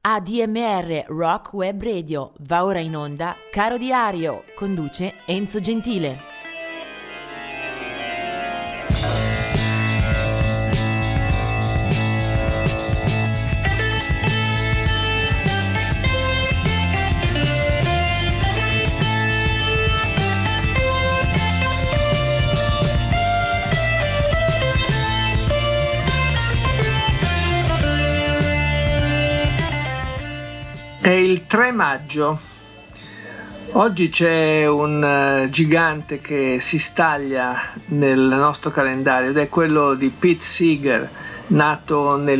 ADMR Rock Web Radio va ora in onda Caro Diario, conduce Enzo Gentile. È il 3 maggio. Oggi c'è un gigante che si staglia nel nostro calendario ed è quello di Pete Seeger, nato nel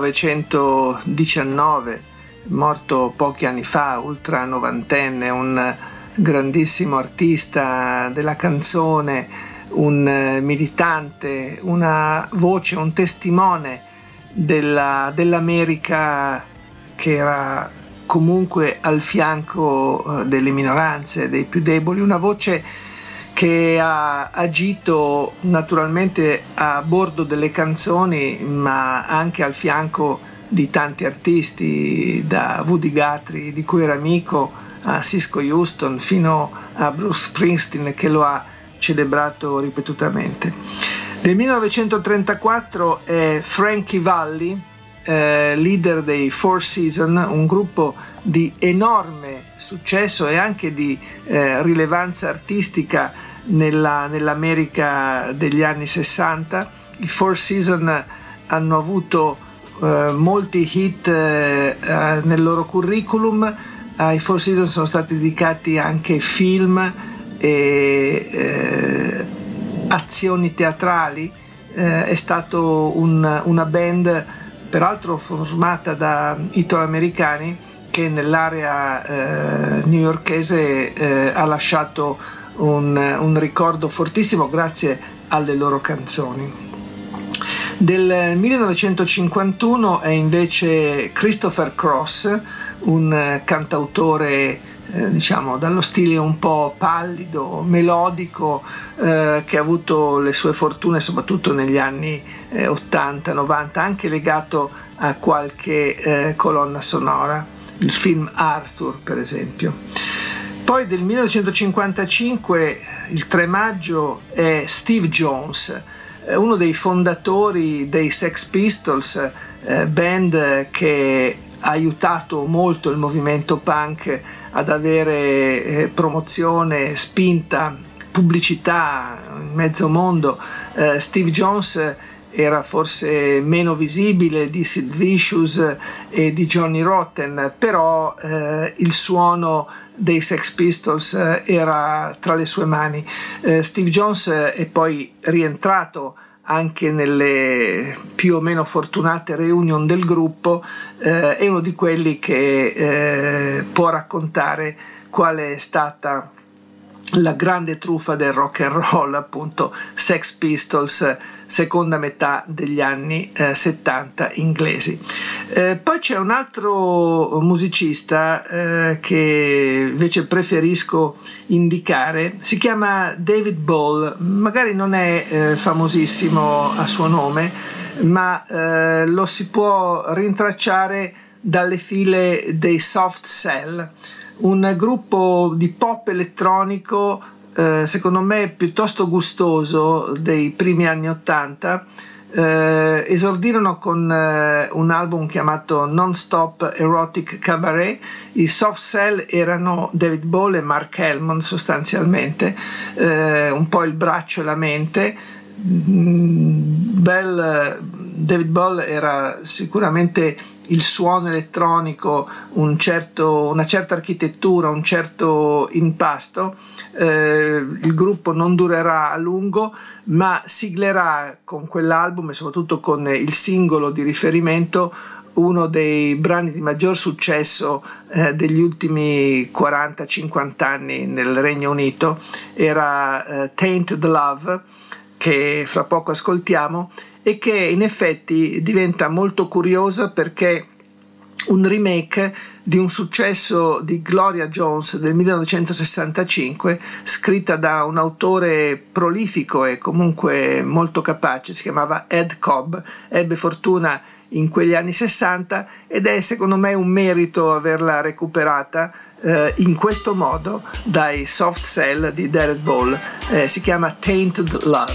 1919, morto pochi anni fa, ultra novantenne, un grandissimo artista della canzone, un militante, una voce, un testimone dell'America che era comunque al fianco delle minoranze, dei più deboli, una voce che ha agito naturalmente a bordo delle canzoni, ma anche al fianco di tanti artisti, da Woody Guthrie, di cui era amico, a Cisco Houston, fino a Bruce Springsteen, che lo ha celebrato ripetutamente. Nel 1934 è Frankie Valli, leader dei Four Seasons, un gruppo di enorme successo e anche di rilevanza artistica nell'America degli anni 60. I Four Seasons hanno avuto molti hit nel loro curriculum. Ai Four Seasons sono stati dedicati anche film e azioni teatrali. È stato una band peraltro formata da italoamericani che nell'area newyorkese ha lasciato un ricordo fortissimo grazie alle loro canzoni. Del 1951 è invece Christopher Cross, un cantautore diciamo dallo stile un po' pallido, melodico, che ha avuto le sue fortune soprattutto negli anni 80-90, anche legato a qualche colonna sonora, il film Arthur per esempio. Poi del 1955, il 3 maggio, è Steve Jones, uno dei fondatori dei Sex Pistols, band che ha aiutato molto il movimento punk ad avere promozione, spinta, pubblicità in mezzo mondo. Steve Jones era forse meno visibile di Sid Vicious e di Johnny Rotten, però il suono dei Sex Pistols era tra le sue mani. Steve Jones è poi rientrato anche nelle più o meno fortunate reunion del gruppo, è uno di quelli che può raccontare qual è stata la grande truffa del rock and roll, appunto Sex Pistols, seconda metà degli anni 70 inglesi. Poi c'è un altro musicista che invece preferisco indicare, si chiama David Ball, magari non è famosissimo a suo nome, ma lo si può rintracciare dalle file dei Soft Cell, un gruppo di pop elettronico secondo me piuttosto gustoso dei primi anni 80. Esordirono con un album chiamato Non-Stop Erotic Cabaret. I Soft Cell erano David Ball e Mark Helmond sostanzialmente, un po' il braccio e la mente. David Ball era sicuramente il suono elettronico, una certa architettura, un certo impasto. Il gruppo non durerà a lungo, ma siglerà con quell'album e soprattutto con il singolo di riferimento uno dei brani di maggior successo degli ultimi 40-50 anni nel Regno Unito. Era Tainted Love, che fra poco ascoltiamo, e che in effetti diventa molto curiosa perché un remake di un successo di Gloria Jones del 1965, scritta da un autore prolifico e comunque molto capace, si chiamava Ed Cobb. Ebbe fortuna in quegli anni 60, ed è secondo me un merito averla recuperata in questo modo dai Soft Cell di Derek Ball. Si chiama Tainted Love.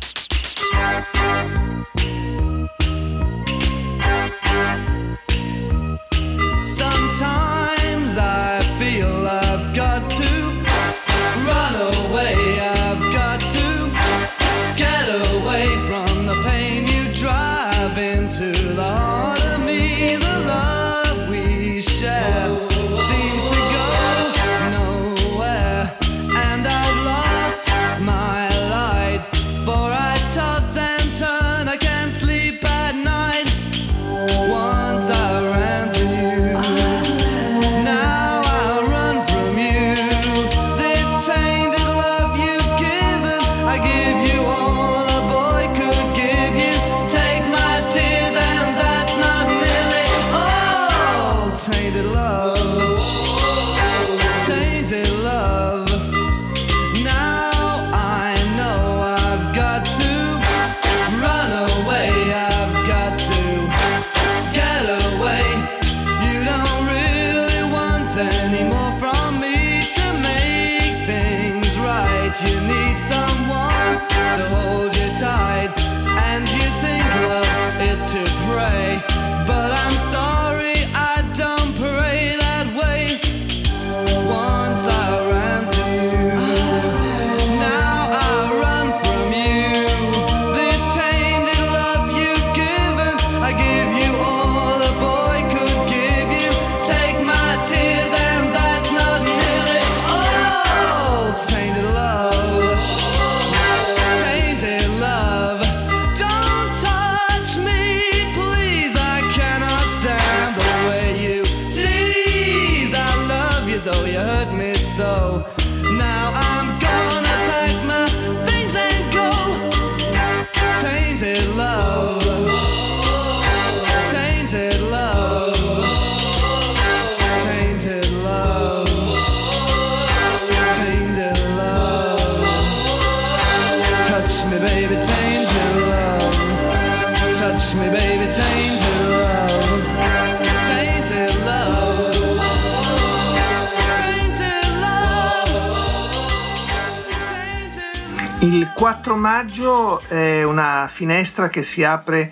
Il 4 maggio è una finestra che si apre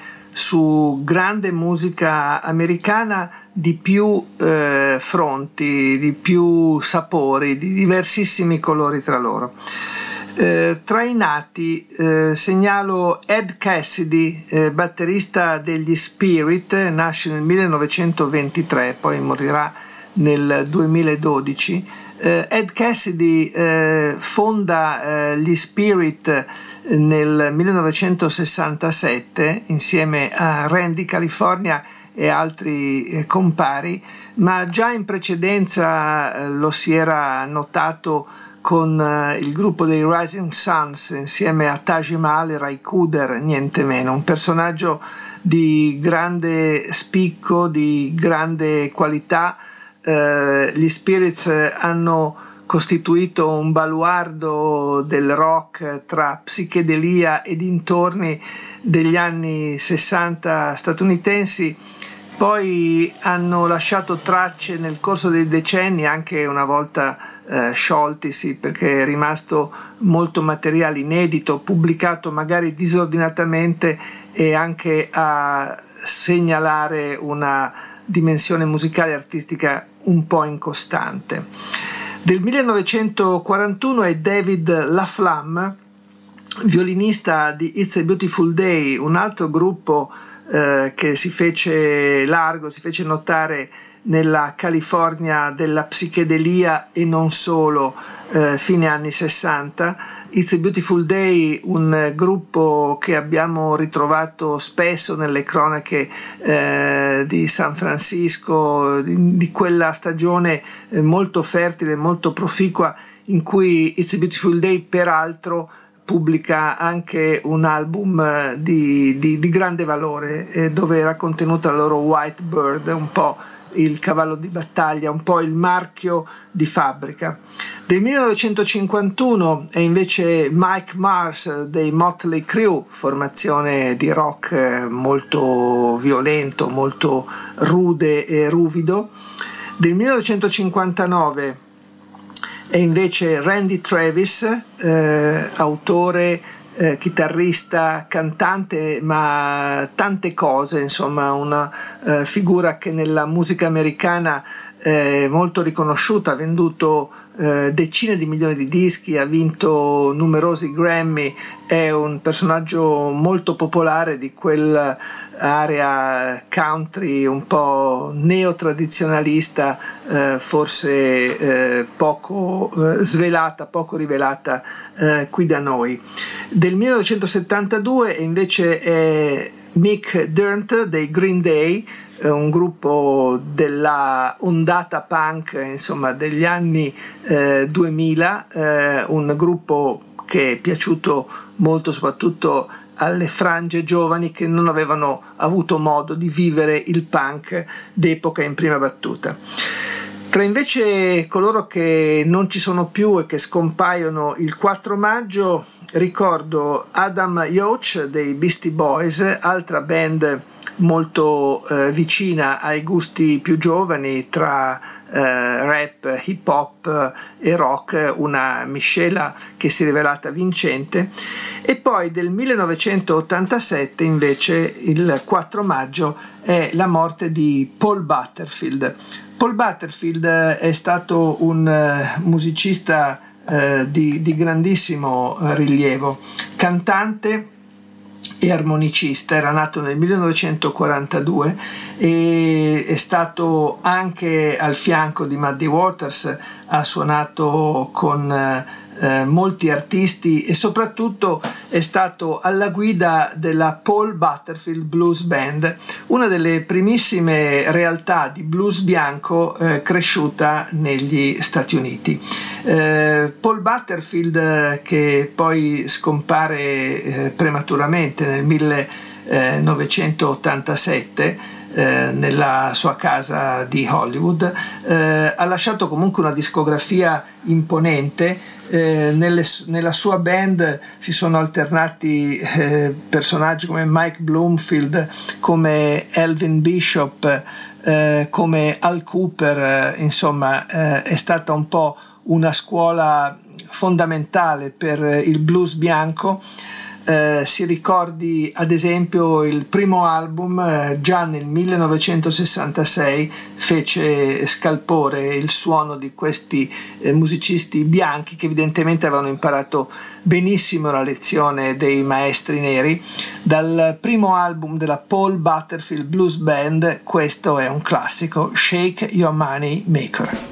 su grande musica americana di più fronti, di più sapori, di diversissimi colori tra loro. Tra i nati segnalo Ed Cassidy, batterista degli Spirit, nasce nel 1923, poi morirà nel 2012. Ed Cassidy fonda gli Spirit nel 1967 insieme a Randy California e altri compari, ma già in precedenza lo si era notato con il gruppo dei Rising Suns insieme a Taj Mahal e Ray Cooder, niente meno, un personaggio di grande spicco, di grande qualità. Gli Spirits hanno costituito un baluardo del rock tra psichedelia e dintorni degli anni 60 statunitensi, poi hanno lasciato tracce nel corso dei decenni, anche una volta scioltisi, perché è rimasto molto materiale inedito, pubblicato magari disordinatamente e anche a segnalare una dimensione musicale e artistica un po' incostante. Del 1941 è David LaFlamme, violinista di It's a Beautiful Day, un altro gruppo che si fece largo, si fece notare nella California della psichedelia e non solo, fine anni 60. It's a Beautiful Day, un gruppo che abbiamo ritrovato spesso nelle cronache di San Francisco, di quella stagione molto fertile, molto proficua, in cui It's a Beautiful Day peraltro pubblica anche un album di grande valore, dove era contenuta la loro White Bird, un po' il cavallo di battaglia, un po' il marchio di fabbrica. Del 1951 è invece Mike Mars dei Motley Crue, formazione di rock molto violento, molto rude e ruvido. Del 1959 è invece Randy Travis, autore, chitarrista, cantante, ma tante cose, insomma una figura che nella musica americana è molto riconosciuta, ha venduto decine di milioni di dischi, ha vinto numerosi Grammy, è un personaggio molto popolare di quell'area country un po' neotradizionalista, forse poco svelata, poco rivelata qui da noi. Del 1972 invece è Mick Dirnt dei Green Day, un gruppo della ondata punk, insomma, degli anni 2000, un gruppo che è piaciuto molto soprattutto alle frange giovani che non avevano avuto modo di vivere il punk d'epoca in prima battuta. Tra invece coloro che non ci sono più e che scompaiono il 4 maggio, ricordo Adam Yauch dei Beastie Boys, altra band molto vicina ai gusti più giovani tra rap, hip hop e rock, una miscela che si è rivelata vincente. E poi del 1987 invece il 4 maggio è la morte di Paul Butterfield. Paul Butterfield è stato un musicista di grandissimo rilievo, cantante e armonicista, era nato nel 1942 e è stato anche al fianco di Muddy Waters, ha suonato con molti artisti e soprattutto è stato alla guida della Paul Butterfield Blues Band, una delle primissime realtà di blues bianco cresciuta negli Stati Uniti. Paul Butterfield, che poi scompare prematuramente nel 1987 nella sua casa di Hollywood, ha lasciato comunque una discografia imponente. Nella sua band si sono alternati personaggi come Mike Bloomfield, come Elvin Bishop, come Al Cooper, insomma è stata un po' una scuola fondamentale per il blues bianco. Si ricordi ad esempio il primo album, già nel 1966 fece scalpore il suono di questi musicisti bianchi che evidentemente avevano imparato benissimo la lezione dei maestri neri. Dal primo album della Paul Butterfield Blues Band questo è un classico, Shake Your Money Maker.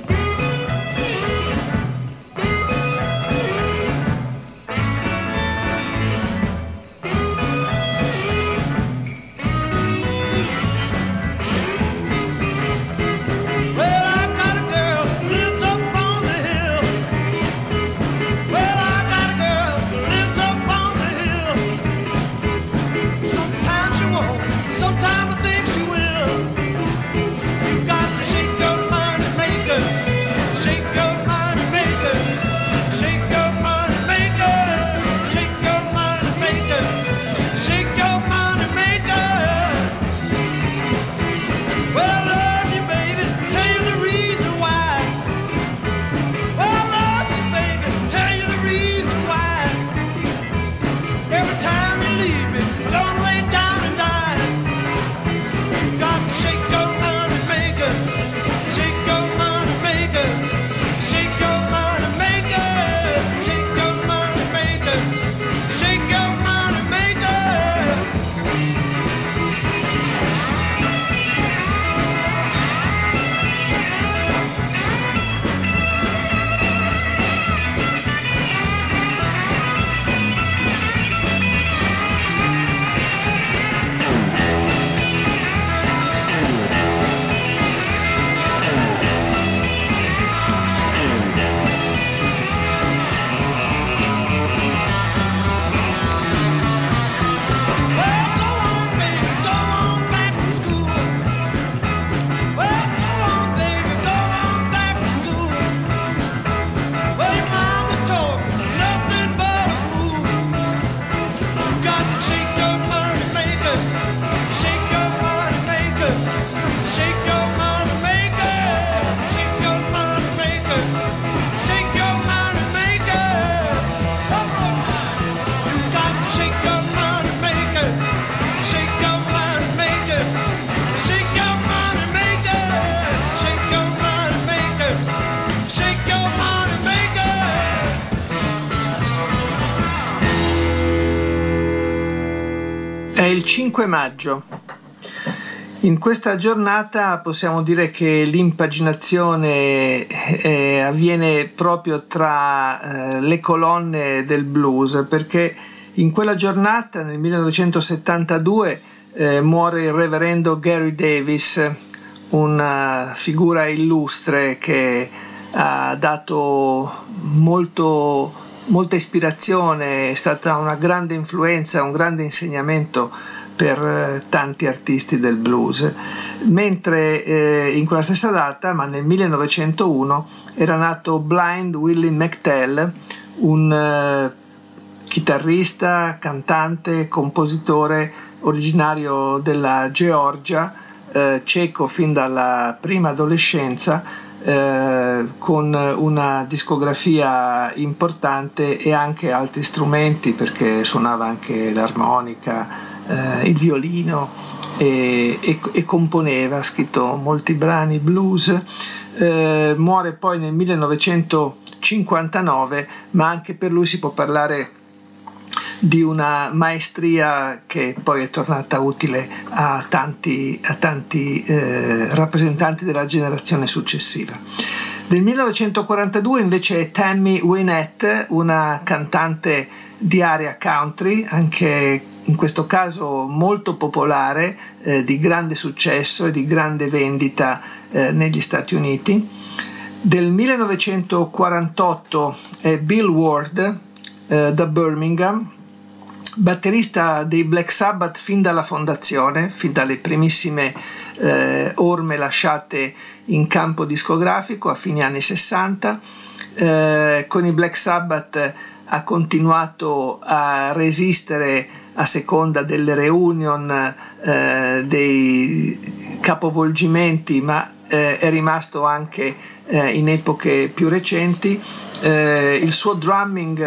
Sometimes I think she will. You got to shake your money maker. il 5 maggio. In questa giornata possiamo dire che l'impaginazione avviene proprio tra le colonne del blues, perché in quella giornata, nel 1972, muore il reverendo Gary Davis, una figura illustre che ha dato molta ispirazione, è stata una grande influenza, un grande insegnamento per tanti artisti del blues, mentre in quella stessa data, ma nel 1901, era nato Blind Willie McTell, un chitarrista, cantante, compositore originario della Georgia, ceco fin dalla prima adolescenza, con una discografia importante e anche altri strumenti, perché suonava anche l'armonica, il violino e componeva, ha scritto molti brani blues. Muore poi nel 1959, ma anche per lui si può parlare di una maestria che poi è tornata utile a tanti rappresentanti della generazione successiva. Nel 1942 invece è Tammy Wynette, una cantante di area country, anche in questo caso molto popolare, di grande successo e di grande vendita negli Stati Uniti. Del 1948 è Bill Ward da Birmingham, batterista dei Black Sabbath fin dalla fondazione, fin dalle primissime orme lasciate in campo discografico a fine anni 60. Con i Black Sabbath ha continuato a resistere a seconda delle reunion, dei capovolgimenti, ma è rimasto anche in epoche più recenti. Il suo drumming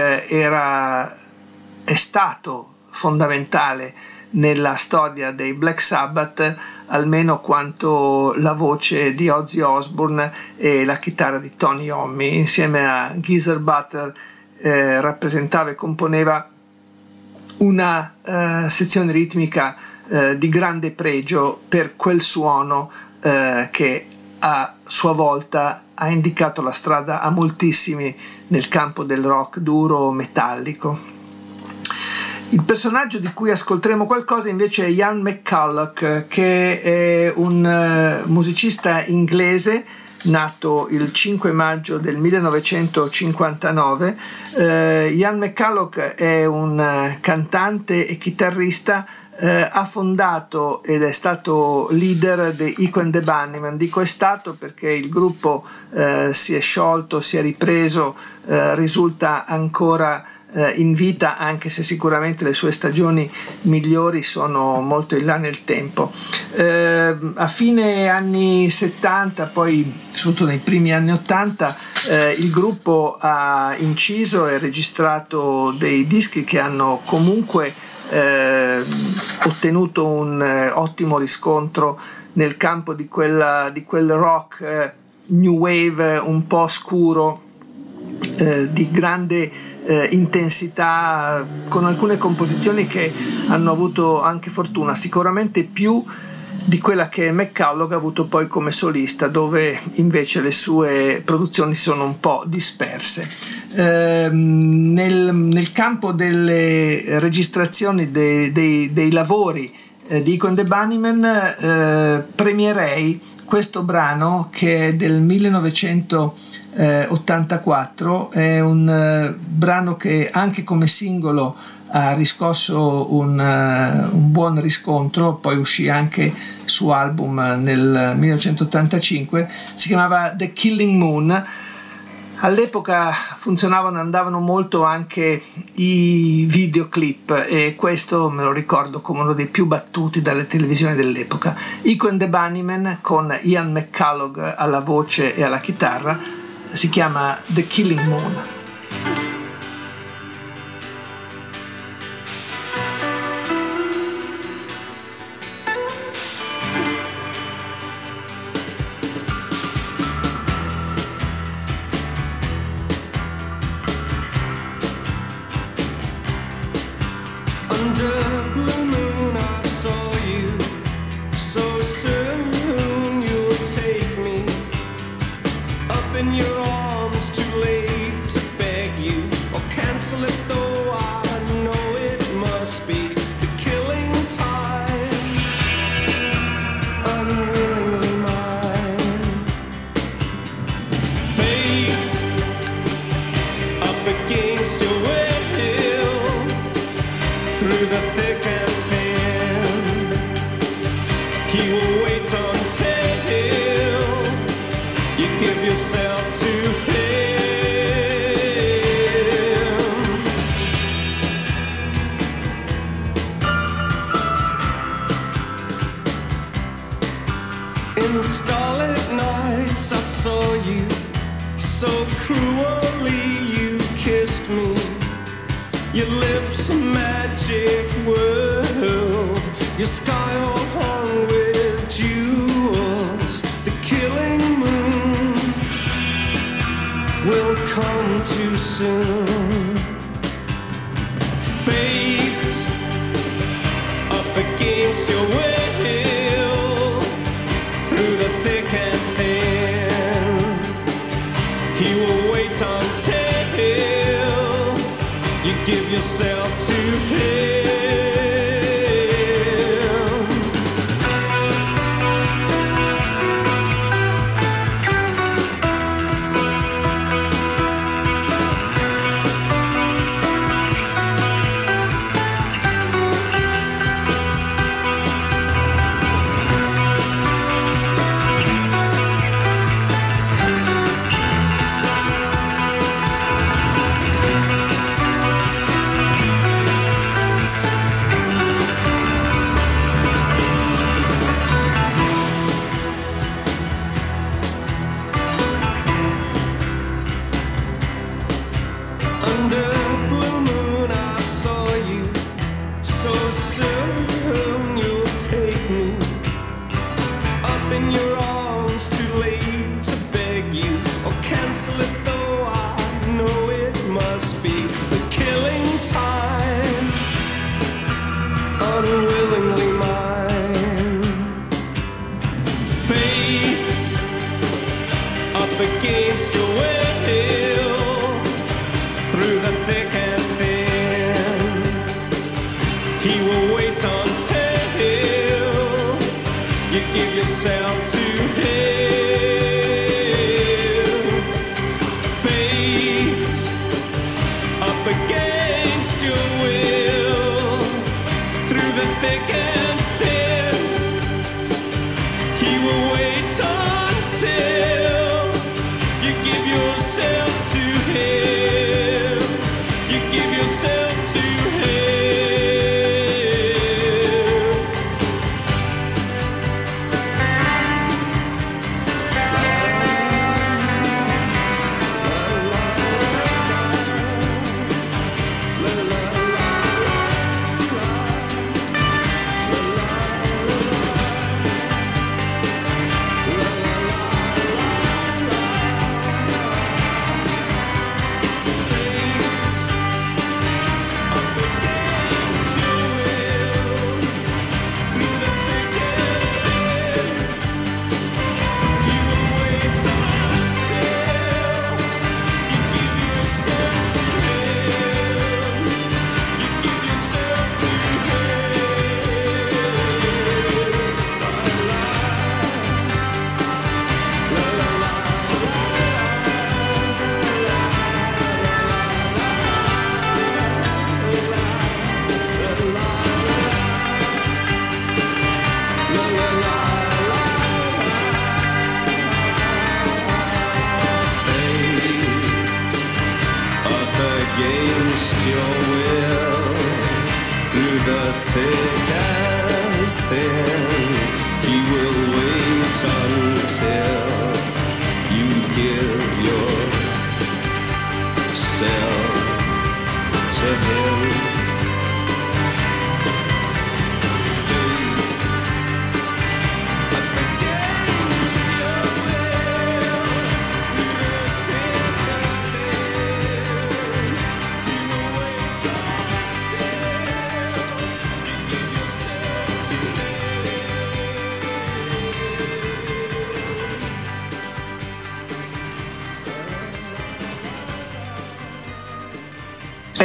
è stato fondamentale nella storia dei Black Sabbath, almeno quanto la voce di Ozzy Osbourne e la chitarra di Tony Iommi. Insieme a Geezer Butler rappresentava e componeva una sezione ritmica di grande pregio per quel suono che a sua volta ha indicato la strada a moltissimi nel campo del rock duro metallico. Il personaggio di cui ascolteremo qualcosa invece è Ian McCulloch, che è un musicista inglese nato il 5 maggio del 1959. Ian McCulloch è un cantante e chitarrista. Ha fondato ed è stato leader di Echo and the Bunnymen. Dico è stato perché il gruppo si è sciolto, si è ripreso, risulta ancora in vita, anche se sicuramente le sue stagioni migliori sono molto in là nel tempo. A fine anni 70, poi soprattutto nei primi anni 80, il gruppo ha inciso e registrato dei dischi che hanno comunque ottenuto un ottimo riscontro nel campo di quel rock new wave un po' scuro, di grande intensità, con alcune composizioni che hanno avuto anche fortuna, sicuramente più di quella che McCulloch ha avuto poi come solista, dove invece le sue produzioni sono un po' disperse. Nel campo delle registrazioni dei lavori di Echo and the Bunnymen, premierei questo brano che è del 1984, è un brano che anche come singolo ha riscosso un buon riscontro, poi uscì anche su album nel 1985, si chiamava The Killing Moon. All'epoca andavano molto anche i videoclip, e questo me lo ricordo come uno dei più battuti dalle televisioni dell'epoca. Echo and the Bunnymen con Ian McCulloch alla voce e alla chitarra, si chiama The Killing Moon. Under blue moon I in your arms, too late to beg you or cancel it, though I know it must be the killing time, unwillingly mine. Fate up against your will, through the thick and thin, he will wait until you give yourself to him. In starlit nights I saw you, so cruelly you kissed me. Your lips a magic world, your sky all hung with jewels. The killing moon will come too soon. Fate up against your will, through the thick and thin, he will wait until you give yourself to him. Against your will, through the thick and thin, he will wait until you give yourself to him. Fate up against your will, through the thick and thin, he will wait until you give yourself to him. You give yourself to him.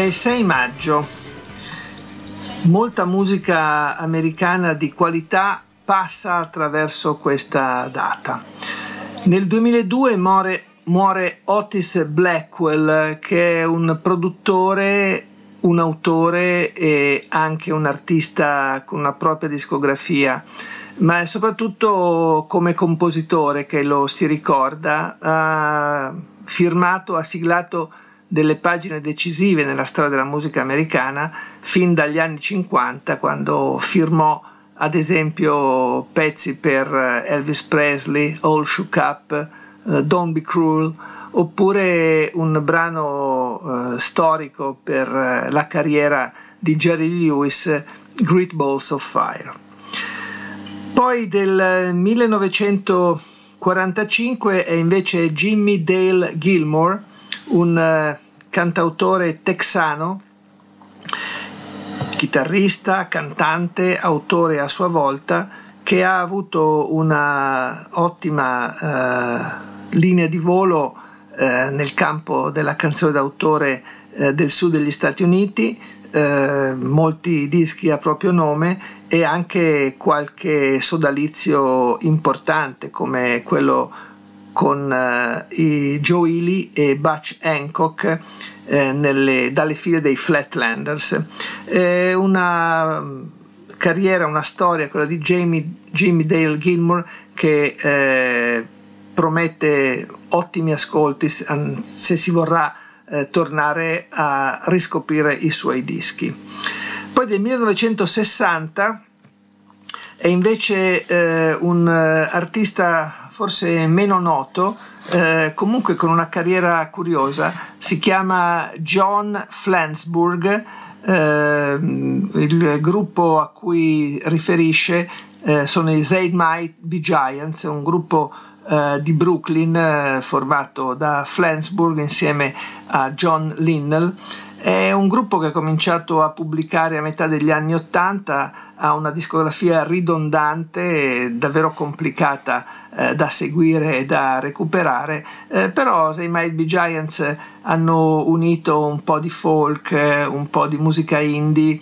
il 6 maggio. Molta musica americana di qualità passa attraverso questa data. Nel 2002 muore Otis Blackwell, che è un produttore, un autore e anche un artista con una propria discografia, ma è soprattutto come compositore che lo si ricorda. Ha siglato delle pagine decisive nella storia della musica americana fin dagli anni 50, quando firmò ad esempio pezzi per Elvis Presley, All Shook Up, Don't Be Cruel, oppure un brano storico per la carriera di Jerry Lee Lewis, Great Balls of Fire. Poi del 1945 è invece Jimmie Dale Gilmore, un cantautore texano, chitarrista, cantante, autore a sua volta, che ha avuto una ottima linea di volo nel campo della canzone d'autore del sud degli Stati Uniti, molti dischi a proprio nome e anche qualche sodalizio importante come quello con i Joe Ely e Butch Hancock dalle file dei Flatlanders. Una carriera, una storia, quella di Jimmie Dale Gilmore, che promette ottimi ascolti se si vorrà tornare a riscoprire i suoi dischi. Poi del 1960 è invece un artista forse meno noto, comunque con una carriera curiosa. Si chiama John Flansburgh. Il gruppo a cui riferisce sono i They Might Be Giants, un gruppo di Brooklyn formato da Flansburgh insieme a John Linnell. È un gruppo che ha cominciato a pubblicare a metà degli anni '80, ha una discografia ridondante, davvero complicata da seguire e da recuperare, però They Might Be Giants hanno unito un po' di folk, un po' di musica indie,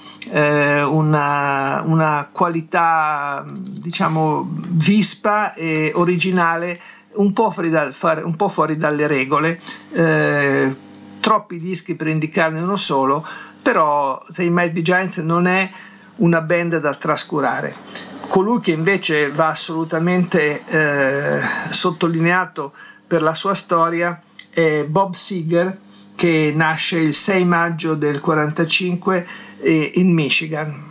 una qualità diciamo vispa e originale, un po' fuori dalle regole. Troppi dischi per indicarne uno solo, però They Might Be Giants non è una band da trascurare. Colui che invece va assolutamente sottolineato per la sua storia è Bob Seger, che nasce il 6 maggio del 1945 in Michigan.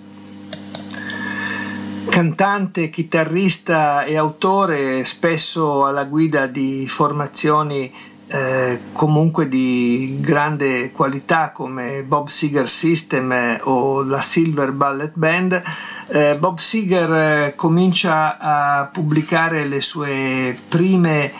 Cantante, chitarrista e autore, spesso alla guida di formazioni comunque di grande qualità come Bob Seger System o la Silver Ballet Band. Bob Seger comincia a pubblicare le sue prime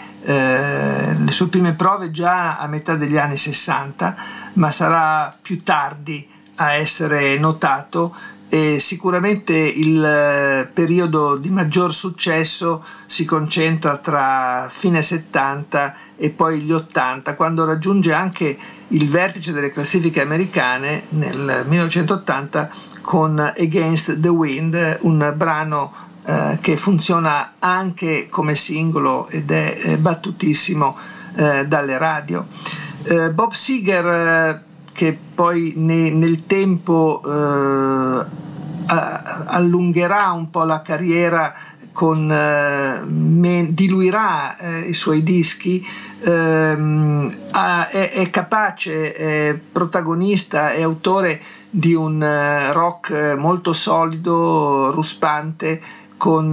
prove già a metà degli anni 60, ma sarà più tardi a essere notato, e sicuramente il periodo di maggior successo si concentra tra fine 70 e poi gli 80, quando raggiunge anche il vertice delle classifiche americane nel 1980 con Against the Wind, un brano che funziona anche come singolo ed è battutissimo dalle radio. Bob Seger, che poi nel tempo allungherà un po' la carriera, diluirà i suoi dischi, è capace, è protagonista e autore di un rock molto solido, ruspante, con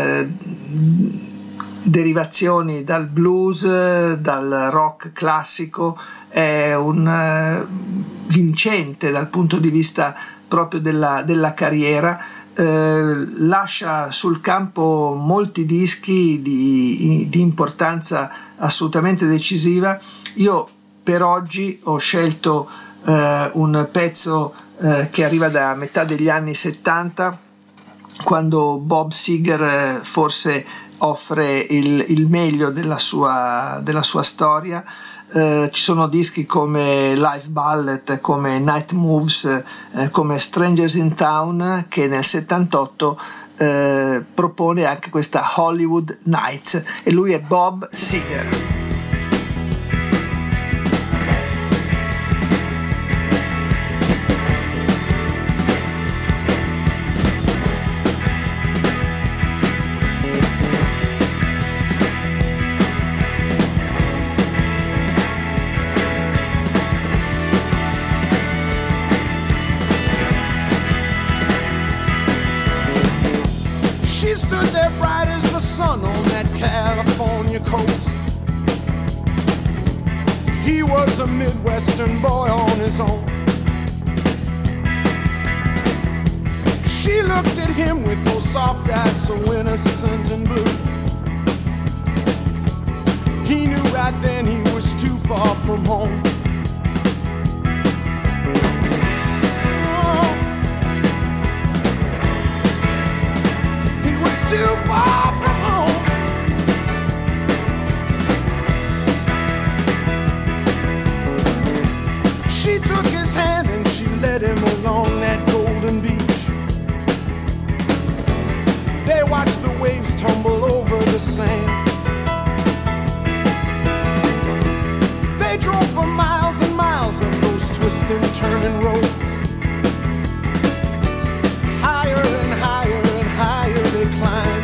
derivazioni dal blues, dal rock classico. È un vincente dal punto di vista proprio della carriera, lascia sul campo molti dischi di importanza assolutamente decisiva. Io per oggi ho scelto un pezzo che arriva da metà degli anni 70, quando Bob Seger forse offre il meglio della sua storia. Ci sono dischi come Live Ballet, come Night Moves, come Strangers in Town, che nel 78 propone anche questa Hollywood Nights, e lui è Bob Seger. He was a Midwestern boy on his own. She looked at him with those soft eyes so innocent and blue. He knew right then he was too far from home. Oh. He was too far from home. She took his hand and she led him along that golden beach. They watched the waves tumble over the sand. They drove for miles and miles up those twisting, turning roads. Higher and higher and higher they climbed.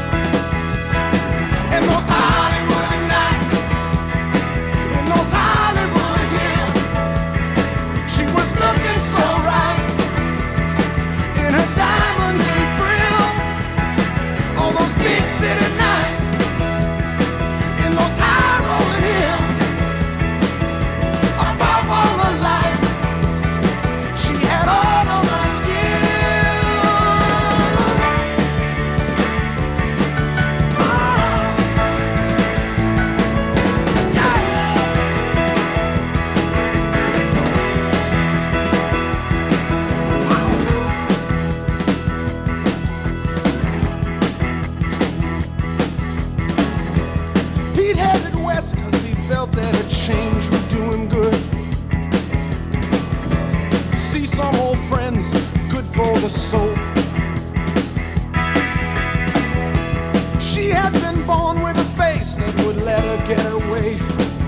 And those Hollywood nights, in those Hollywood hills, she was looking so right in her diamonds and frills. All those big city nights, in those high rolling hills, above all the lights, she had all of the felt that a change would do him good. See some old friends, good for the soul. She had been born with a face that would let her get away.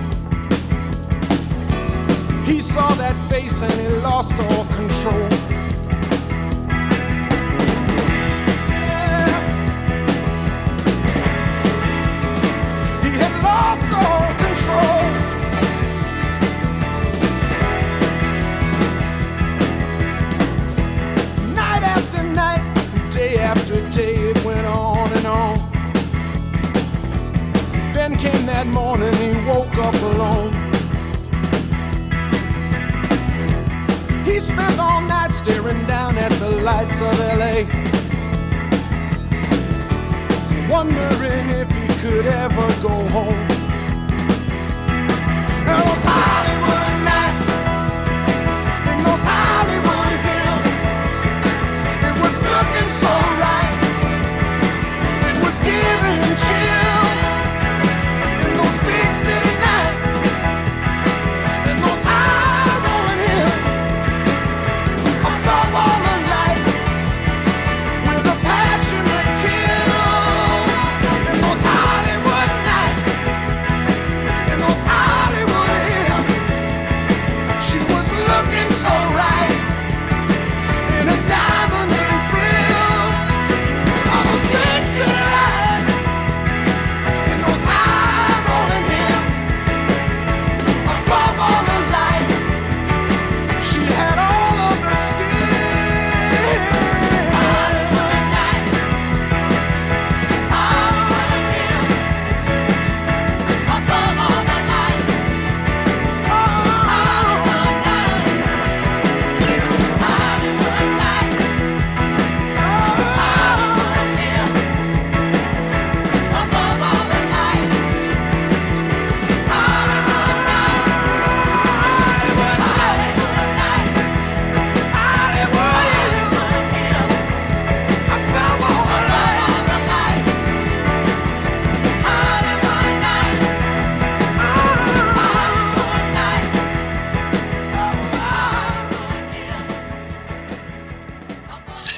He saw that face and he lost all control. Yeah. He had lost all control. Night after night, day after day, it went on and on. Then came that morning, he woke up alone. He spent all night staring down at the lights of LA, wondering if he could ever go home. And those Hollywood nights, in those Hollywood hills, it was looking so right, it was giving him chills. In those big city nights, in those high rolling hills, above all the lights, with a passion that kills. In those Hollywood nights,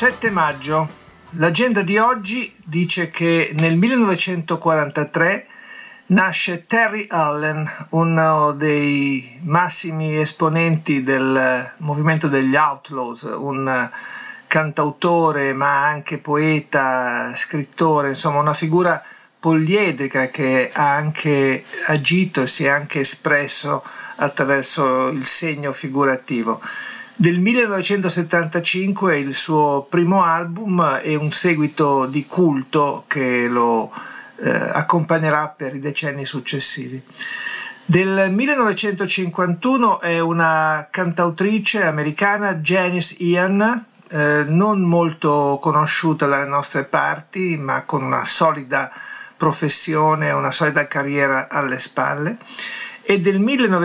7 maggio. L'agenda di oggi dice che nel 1943 nasce Terry Allen, uno dei massimi esponenti del movimento degli Outlaws, un cantautore ma anche poeta, scrittore, insomma una figura poliedrica che ha anche agito e si è anche espresso attraverso il segno figurativo. Del 1975 il suo primo album e un seguito di culto che lo accompagnerà per i decenni successivi. Del 1951 è una cantautrice americana, Janis Ian, non molto conosciuta dalle nostre parti, ma con una solida professione, una solida carriera alle spalle. E del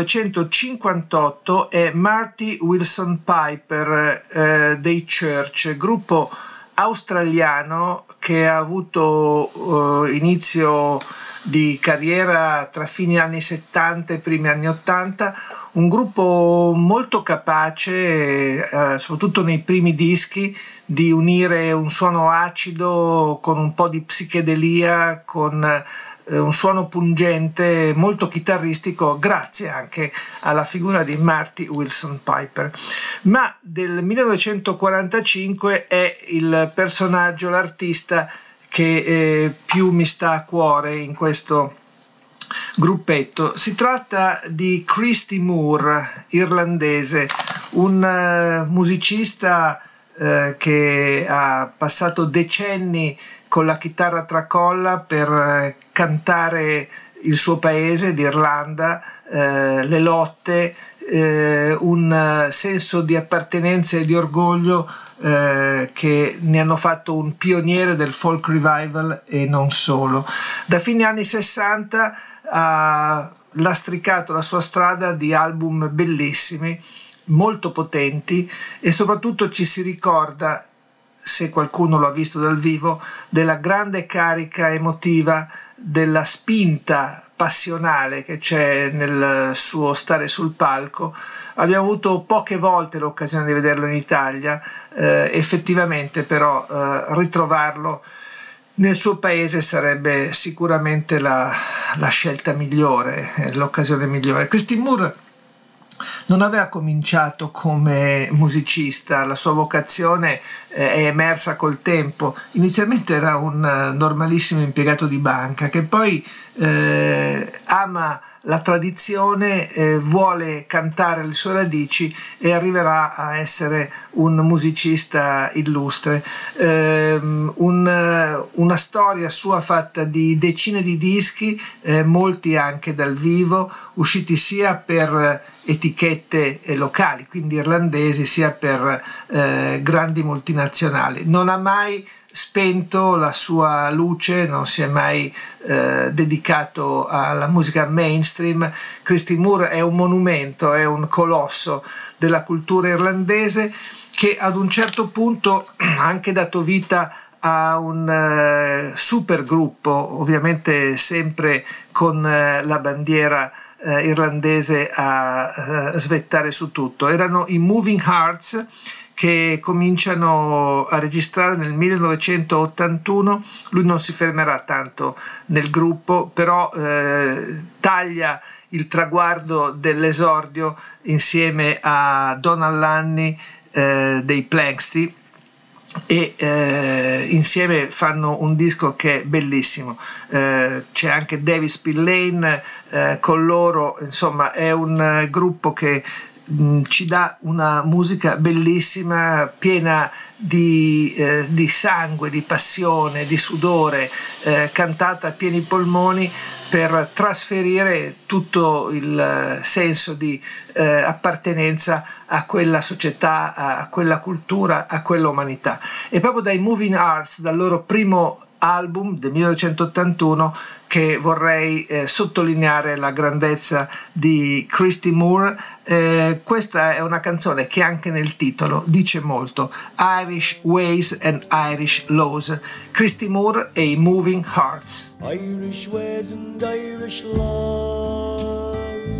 1958 è Marty Wilson Piper dei Church, gruppo australiano che ha avuto inizio di carriera tra fine anni 70 e primi anni 80, un gruppo molto capace, soprattutto nei primi dischi, di unire un suono acido con un po' di psichedelia, con un suono pungente, molto chitarristico, grazie anche alla figura di Marty Wilson Piper. Ma del 1945 è il personaggio, l'artista che più mi sta a cuore in questo gruppetto. Si tratta di Christy Moore, irlandese, un musicista che ha passato decenni con la chitarra tracolla per cantare il suo paese, l'Irlanda, le lotte, un senso di appartenenza e di orgoglio che ne hanno fatto un pioniere del folk revival e non solo. Da fine anni 60 ha lastricato la sua strada di album bellissimi, molto potenti, e soprattutto ci si ricorda, se qualcuno lo ha visto dal vivo, della grande carica emotiva, della spinta passionale che c'è nel suo stare sul palco. Abbiamo avuto poche volte l'occasione di vederlo in Italia, effettivamente però ritrovarlo nel suo paese sarebbe sicuramente la scelta migliore, l'occasione migliore. Christy Moore non aveva cominciato come musicista, la sua vocazione è emersa col tempo. Inizialmente era un normalissimo impiegato di banca che poi ama la tradizione, vuole cantare le sue radici e arriverà a essere un musicista illustre. Una storia sua fatta di decine di dischi, molti anche dal vivo, usciti sia per etichette locali, quindi irlandesi, sia per grandi multinazionali. Non ha mai spento la sua luce, non si è mai dedicato alla musica mainstream. Christy Moore è un monumento, è un colosso della cultura irlandese che ad un certo punto ha anche dato vita a un super gruppo, ovviamente sempre con la bandiera irlandese a svettare su tutto. Erano i Moving Hearts, che cominciano a registrare nel 1981. Lui non si fermerà tanto nel gruppo, però taglia il traguardo dell'esordio insieme a Donald Lanney dei Planxty, e insieme fanno un disco che è bellissimo. C'è anche David Spillane con loro, insomma è un gruppo che ci dà una musica bellissima, piena di sangue, di passione, di sudore, cantata a pieni polmoni per trasferire tutto il senso di appartenenza a quella società, a quella cultura, a quella umanità. E proprio dai Moving Hearts, dal loro primo album del 1981, che vorrei sottolineare la grandezza di Christy Moore. Questa è una canzone che anche nel titolo dice molto: Irish Ways and Irish Laws. Christy Moore e i Moving Hearts. Irish ways and Irish laws,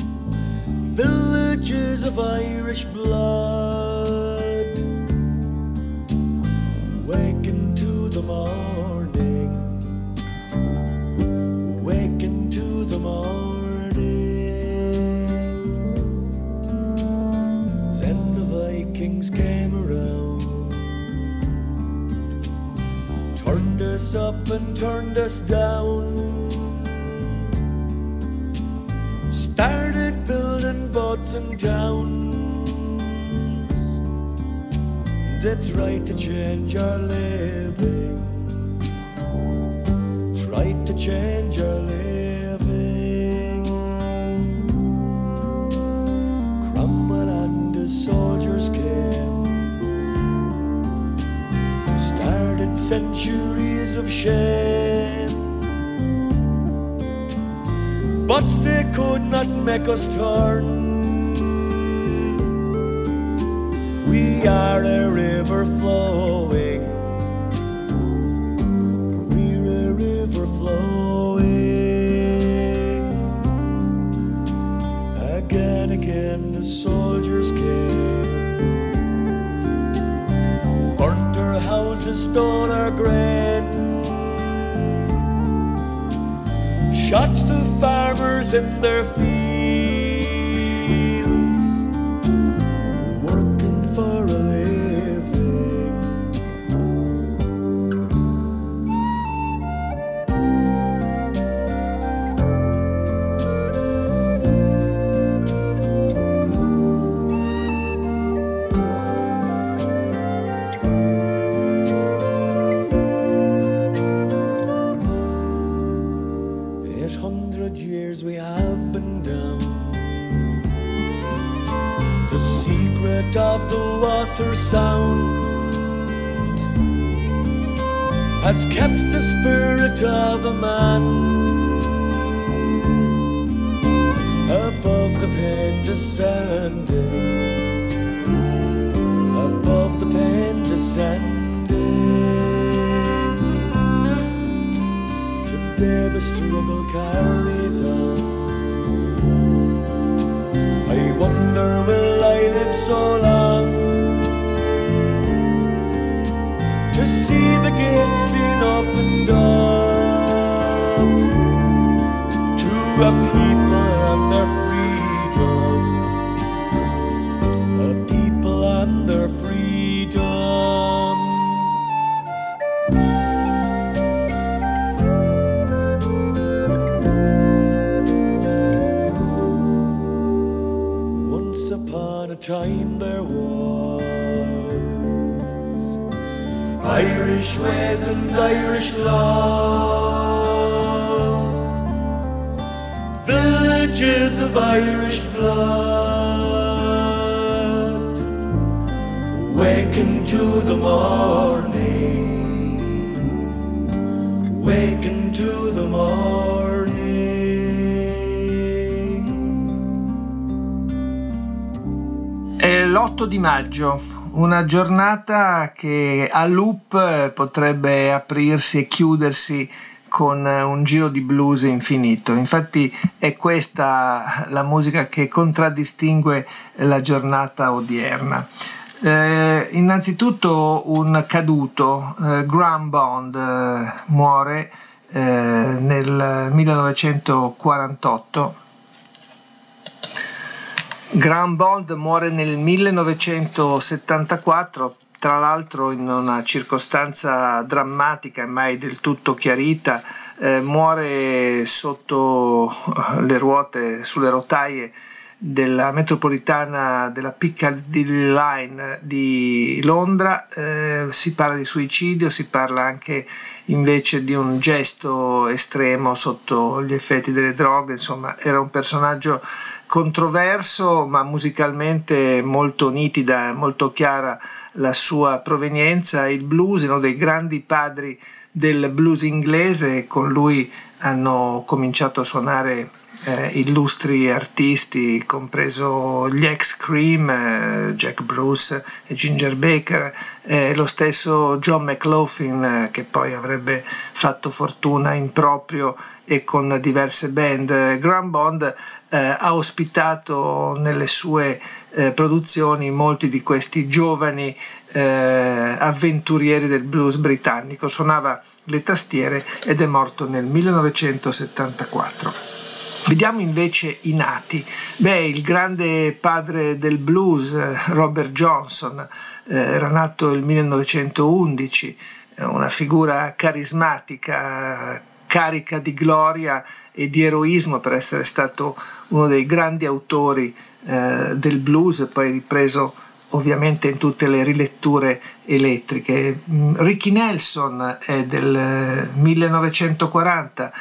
villages of Irish blood, and turned us down. Started building boats and towns. They tried to change our living. Tried to change our living. Cromwell and his soldiers came. Started centuries of shame. But they could not make us turn. We are a river flowing. We're a river flowing. Again the soldiers came. Burnt our houses, stole our grain. Shot the farmers in their fields, working for a living. We have been down. The secret of the water sound has kept the spirit of a man above the pain descending, above the pain descending. Today the struggle carries on. I wonder will I live so long to see the gates being opened up to a people and their freedom, a people and their freedom. Once upon a time there was Irish ways and Irish laws, villages of Irish blood, waken to the morning, waken to the morning. È l'8 di maggio, una giornata che a loop potrebbe aprirsi e chiudersi con un giro di blues infinito. Infatti è questa la musica che contraddistingue la giornata odierna. Innanzitutto un caduto, Graham Bond, muore nel 1948. Graham Bond muore nel 1974, tra l'altro in una circostanza drammatica e mai del tutto chiarita. Muore sotto le ruote, sulle rotaie della metropolitana della Piccadilly Line di Londra. Si parla di suicidio, si parla anche invece di un gesto estremo sotto gli effetti delle droghe. Insomma, era un personaggio controverso, ma musicalmente molto nitida, molto chiara la sua provenienza. Il blues è uno dei grandi padri del blues inglese, con lui hanno cominciato a suonare illustri artisti, compreso gli ex-Cream, Jack Bruce e Ginger Baker, lo stesso John McLaughlin, che poi avrebbe fatto fortuna in proprio e con diverse band. Graham Bond ha ospitato nelle sue produzioni molti di questi giovani avventurieri del blues britannico. Suonava le tastiere ed è morto nel 1974. Vediamo invece i nati. Il grande padre del blues, Robert Johnson, era nato nel 1911, una figura carismatica, carica di gloria e di eroismo per essere stato uno dei grandi autori del blues, poi ripreso ovviamente in tutte le riletture elettriche. Ricky Nelson è del 1940,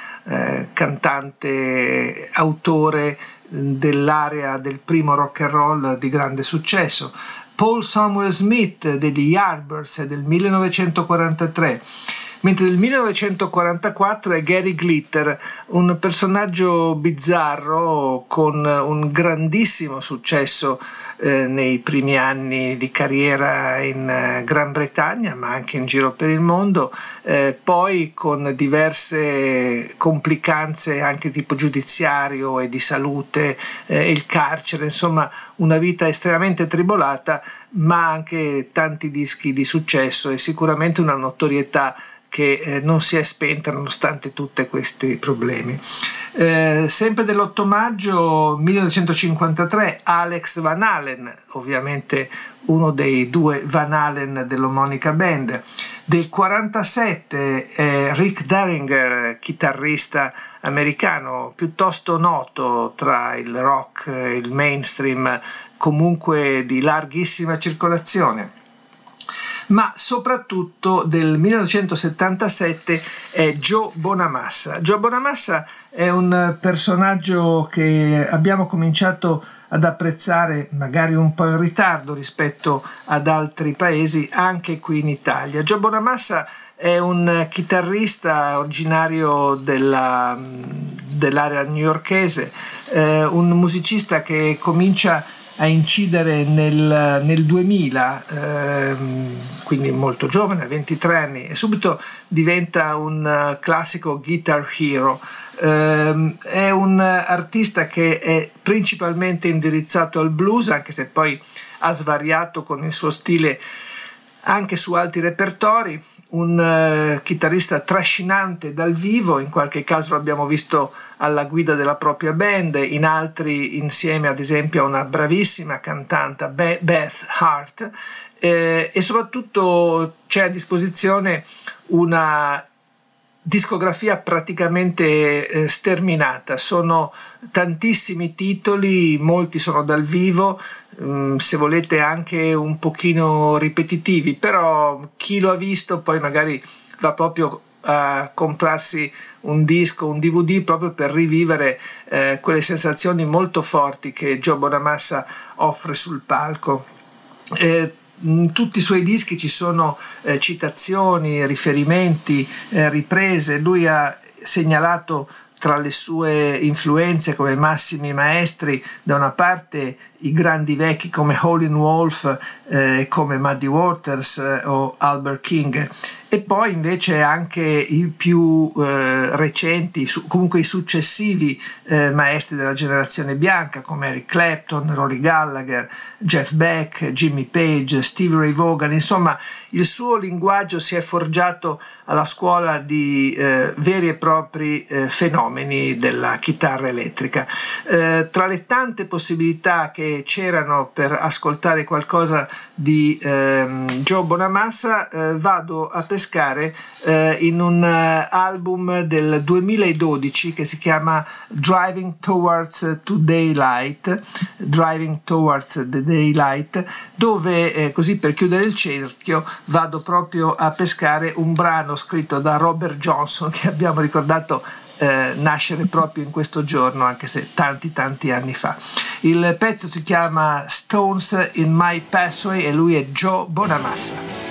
cantante, autore dell'area del primo rock and roll di grande successo. Paul Samuel Smith degli Yardbirds è del 1943, mentre del 1944 è Gary Glitter, un personaggio bizzarro con un grandissimo successo nei primi anni di carriera in Gran Bretagna, ma anche in giro per il mondo, poi con diverse complicanze anche tipo giudiziario e di salute, il carcere, insomma una vita estremamente tribolata, ma anche tanti dischi di successo e sicuramente una notorietà che non si è spenta nonostante tutti questi problemi. Sempre dell'8 maggio 1953 Alex Van Halen, ovviamente uno dei due Van Halen dell'omonica band. Del 47 Rick Derringer, chitarrista americano piuttosto noto tra il rock e il mainstream, comunque di larghissima circolazione. Ma soprattutto del 1977 è Joe Bonamassa. Joe Bonamassa è un personaggio che abbiamo cominciato ad apprezzare magari un po' in ritardo rispetto ad altri paesi, anche qui in Italia. Joe Bonamassa è un chitarrista originario dell'area newyorkese, un musicista che comincia a incidere nel 2000, quindi molto giovane, a 23 anni, e subito diventa un classico guitar hero. È un artista che è principalmente indirizzato al blues, anche se poi ha svariato con il suo stile anche su altri repertori. Un chitarrista trascinante dal vivo, in qualche caso l'abbiamo visto alla guida della propria band, in altri insieme ad esempio a una bravissima cantante Beth Hart, e soprattutto c'è a disposizione una discografia praticamente sterminata. Sono tantissimi titoli, molti sono dal vivo, se volete anche un pochino ripetitivi, però chi lo ha visto poi magari va proprio a comprarsi un disco, un DVD, proprio per rivivere quelle sensazioni molto forti che Joe Bonamassa offre sul palco. In tutti i suoi dischi ci sono citazioni, riferimenti, riprese. Lui ha segnalato tra le sue influenze come massimi maestri da una parte i grandi vecchi come Howlin' Wolf, come Muddy Waters o Albert King, e poi invece anche i più recenti, comunque i successivi maestri della generazione bianca come Eric Clapton, Rory Gallagher, Jeff Beck, Jimmy Page, Stevie Ray Vaughan. Insomma, il suo linguaggio si è forgiato alla scuola di veri e propri fenomeni della chitarra elettrica. Tra le tante possibilità che c'erano per ascoltare qualcosa di Joe Bonamassa, vado a pescare in un album del 2012 che si chiama Driving Towards the Daylight, dove così per chiudere il cerchio vado proprio a pescare un brano scritto da Robert Johnson che abbiamo ricordato nascere proprio in questo giorno, anche se tanti anni fa. Il pezzo si chiama Stones in My Pathway e lui è Joe Bonamassa.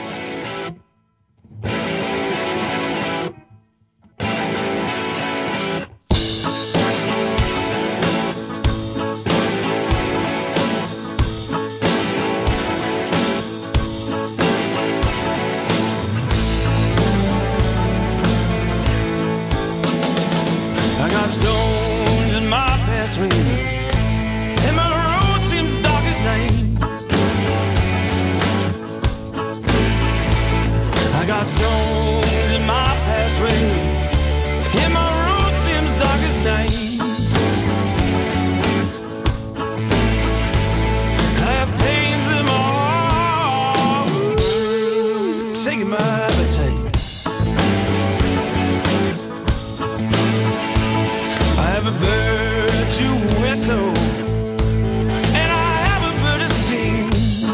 Taking my appetite. to whistle, and I have a bird to sing.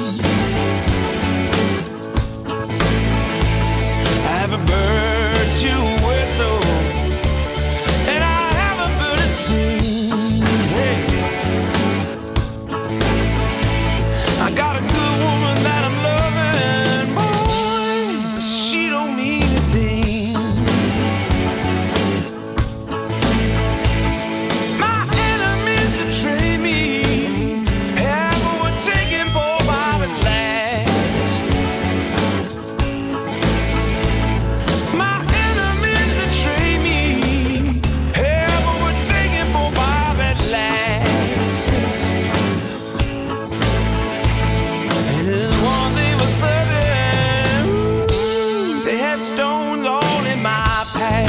I have a bird to whistle, and I have a bird to sing. Hey. I got a good woman that I'm loving, boy, but she don't mean a thing. My enemies betray me, ever were taken for by at last. My enemies betray me, ever were taken for by at last. And there's one thing for certain, ooh, they have stones all in my past.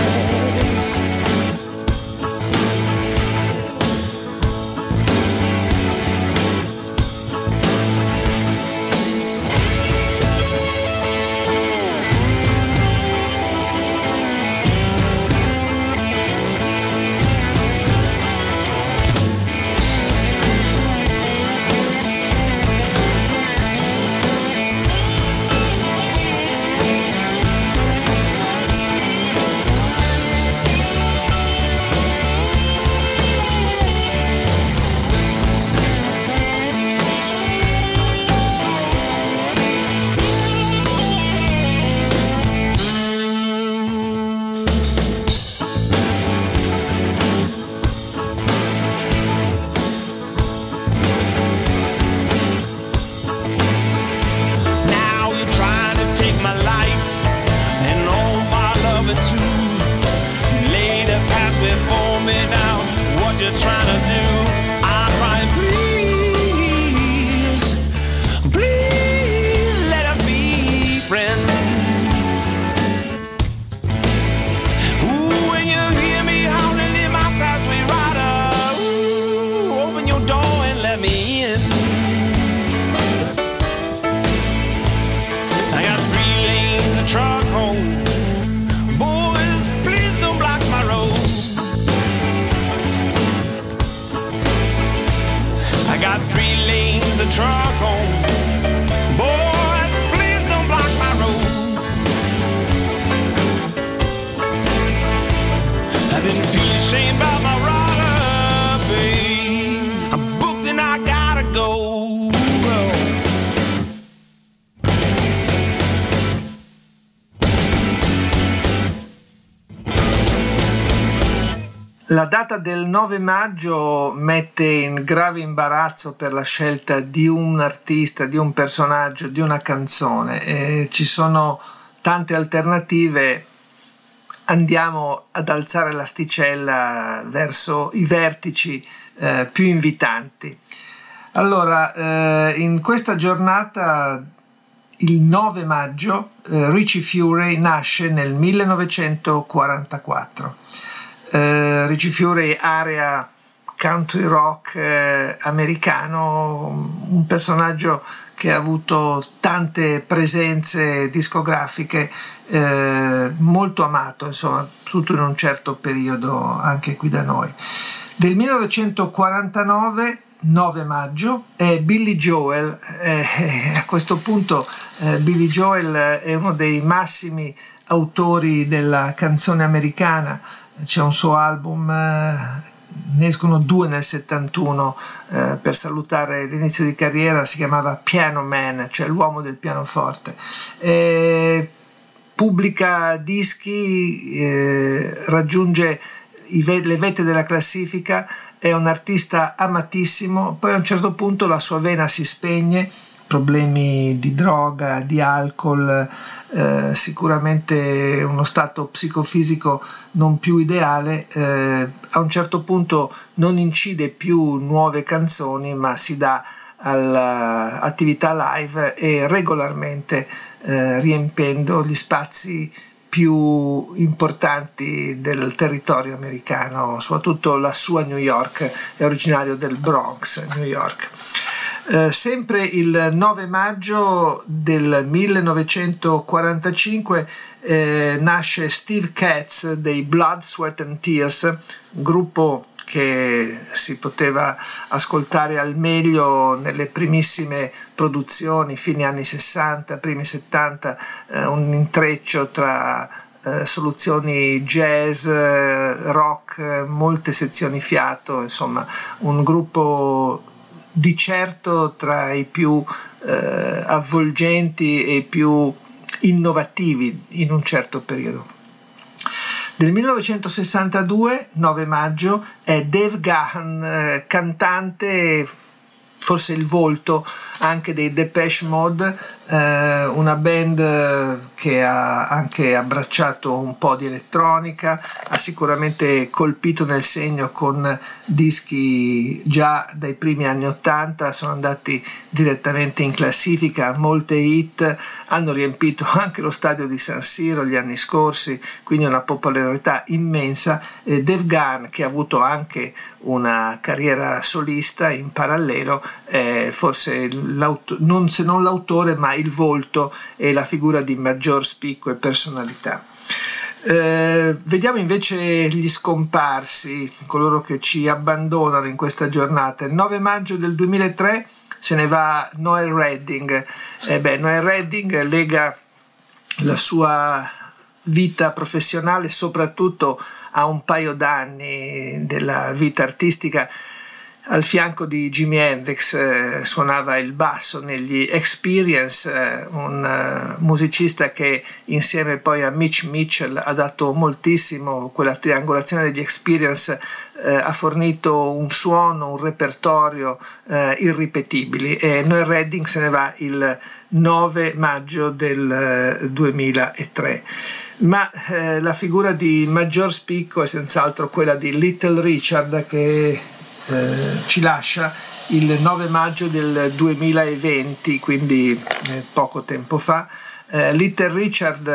Now you're trying to take my life and all my love too. You lay the past before me now. What you're trying to do? I'm crying, please, please let us be friends. Ooh, when you hear me howling in my past, we rider. Ooh, open your door and let me in. I got 3 lanes of truck home. Boys, please don't block my road. I got 3 lanes of truck home. Boys, please don't block my road. I didn't feel ashamed about my rider, babe. I'm booked and I gotta go. La data del 9 maggio mette in grave imbarazzo per la scelta di un artista, di un personaggio, di una canzone. Ci sono tante alternative, andiamo ad alzare l'asticella verso i vertici più invitanti. Allora, in questa giornata, il 9 maggio, Richie Furay nasce nel 1944. Richie Furay, area country rock americano, un personaggio che ha avuto tante presenze discografiche, molto amato, insomma, soprattutto in un certo periodo anche qui da noi. Del 1949, 9 maggio, è Billy Joel. A questo punto Billy Joel è uno dei massimi autori della canzone americana. C'è un suo album, ne escono 2 nel 71, per salutare l'inizio di carriera, si chiamava Piano Man, cioè l'uomo del pianoforte. Pubblica dischi, raggiunge le vette della classifica, è un artista amatissimo. Poi a un certo punto la sua vena si spegne, problemi di droga, di alcol, sicuramente uno stato psicofisico non più ideale. A un certo punto non incide più nuove canzoni, ma si dà all'attività live e regolarmente riempendo gli spazi più importanti del territorio americano, soprattutto la sua New York, è originario del Bronx, New York. Sempre il 9 maggio del 1945 nasce Steve Katz dei Blood, Sweat and Tears, gruppo che si poteva ascoltare al meglio nelle primissime produzioni, fine anni 60, primi 70, un intreccio tra soluzioni jazz, rock, molte sezioni fiato, insomma un gruppo di certo tra i più avvolgenti e più innovativi in un certo periodo. Del 1962, 9 maggio, è Dave Gahan, cantante, forse il volto anche dei Depeche Mode, una band che ha anche abbracciato un po' di elettronica, ha sicuramente colpito nel segno con dischi già dai primi anni 80, sono andati direttamente in classifica, molte hit, hanno riempito anche lo stadio di San Siro gli anni scorsi, quindi una popolarità immensa. Dave Gahan, che ha avuto anche una carriera solista in parallelo, forse non se non l'autore ma il volto e la figura di maggior spicco e personalità. Vediamo invece gli scomparsi, coloro che ci abbandonano in questa giornata. Il 9 maggio del 2003 se ne va Noel Redding. Noel Redding lega la sua vita professionale soprattutto a un paio d'anni della vita artistica. Al fianco di Jimi Hendrix suonava il basso negli Experience, un musicista che insieme poi a Mitch Mitchell ha dato moltissimo. Quella triangolazione degli Experience ha fornito un suono, un repertorio irripetibili, e Noel Redding se ne va il 9 maggio del 2003. Ma la figura di maggior spicco è senz'altro quella di Little Richard, che ci lascia il 9 maggio del 2020, quindi poco tempo fa. Little Richard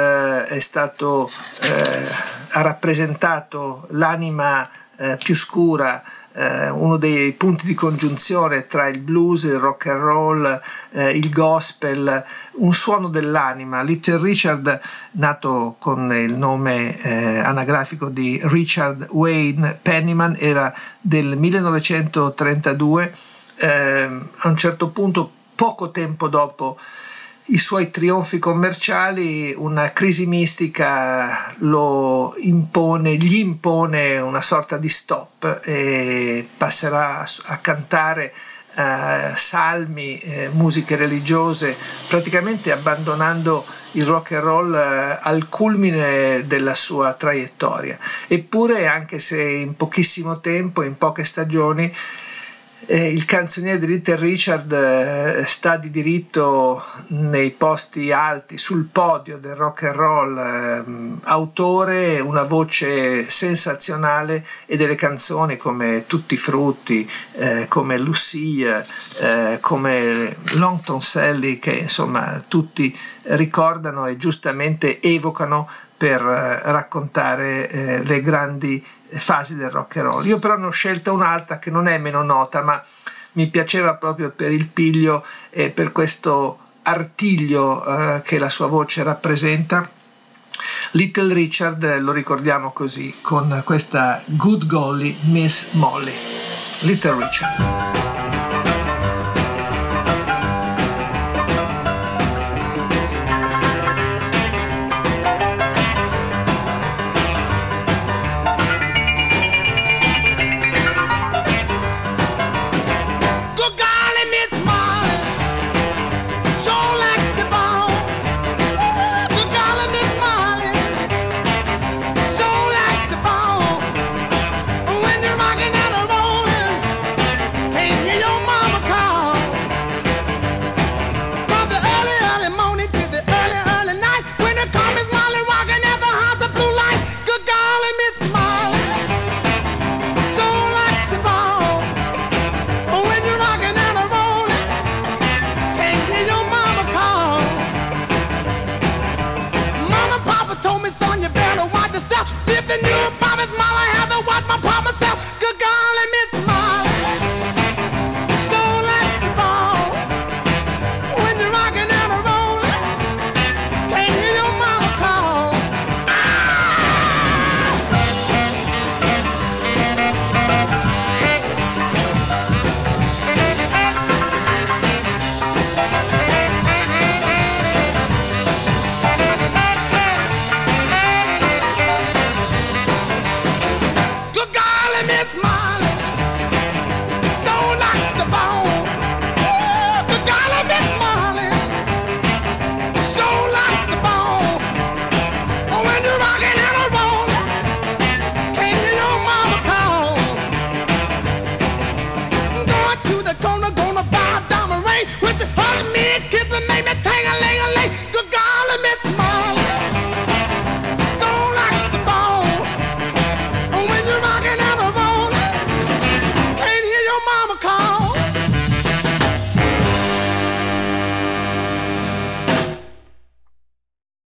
ha rappresentato l'anima più scura, uno dei punti di congiunzione tra il blues, il rock and roll, il gospel, un suono dell'anima. Little Richard, nato con il nome anagrafico di Richard Wayne Penniman, era del 1932. A un certo punto, poco tempo dopo i suoi trionfi commerciali, una crisi mistica gli impone una sorta di stop e passerà a cantare salmi, musiche religiose, praticamente abbandonando il rock and roll al culmine della sua traiettoria. Eppure, anche se in pochissimo tempo, in poche stagioni, il canzoniere di Little Richard sta di diritto nei posti alti, sul podio del rock and roll, autore, una voce sensazionale, e delle canzoni come Tutti i frutti, come Lucia, come Longton Sally, che insomma tutti ricordano e giustamente evocano per raccontare le grandi fasi del rock and roll. Io però ne ho scelta un'altra che non è meno nota, ma mi piaceva proprio per il piglio e per questo artiglio che la sua voce rappresenta. Little Richard lo ricordiamo così, con questa Good Golly Miss Molly. Little Richard.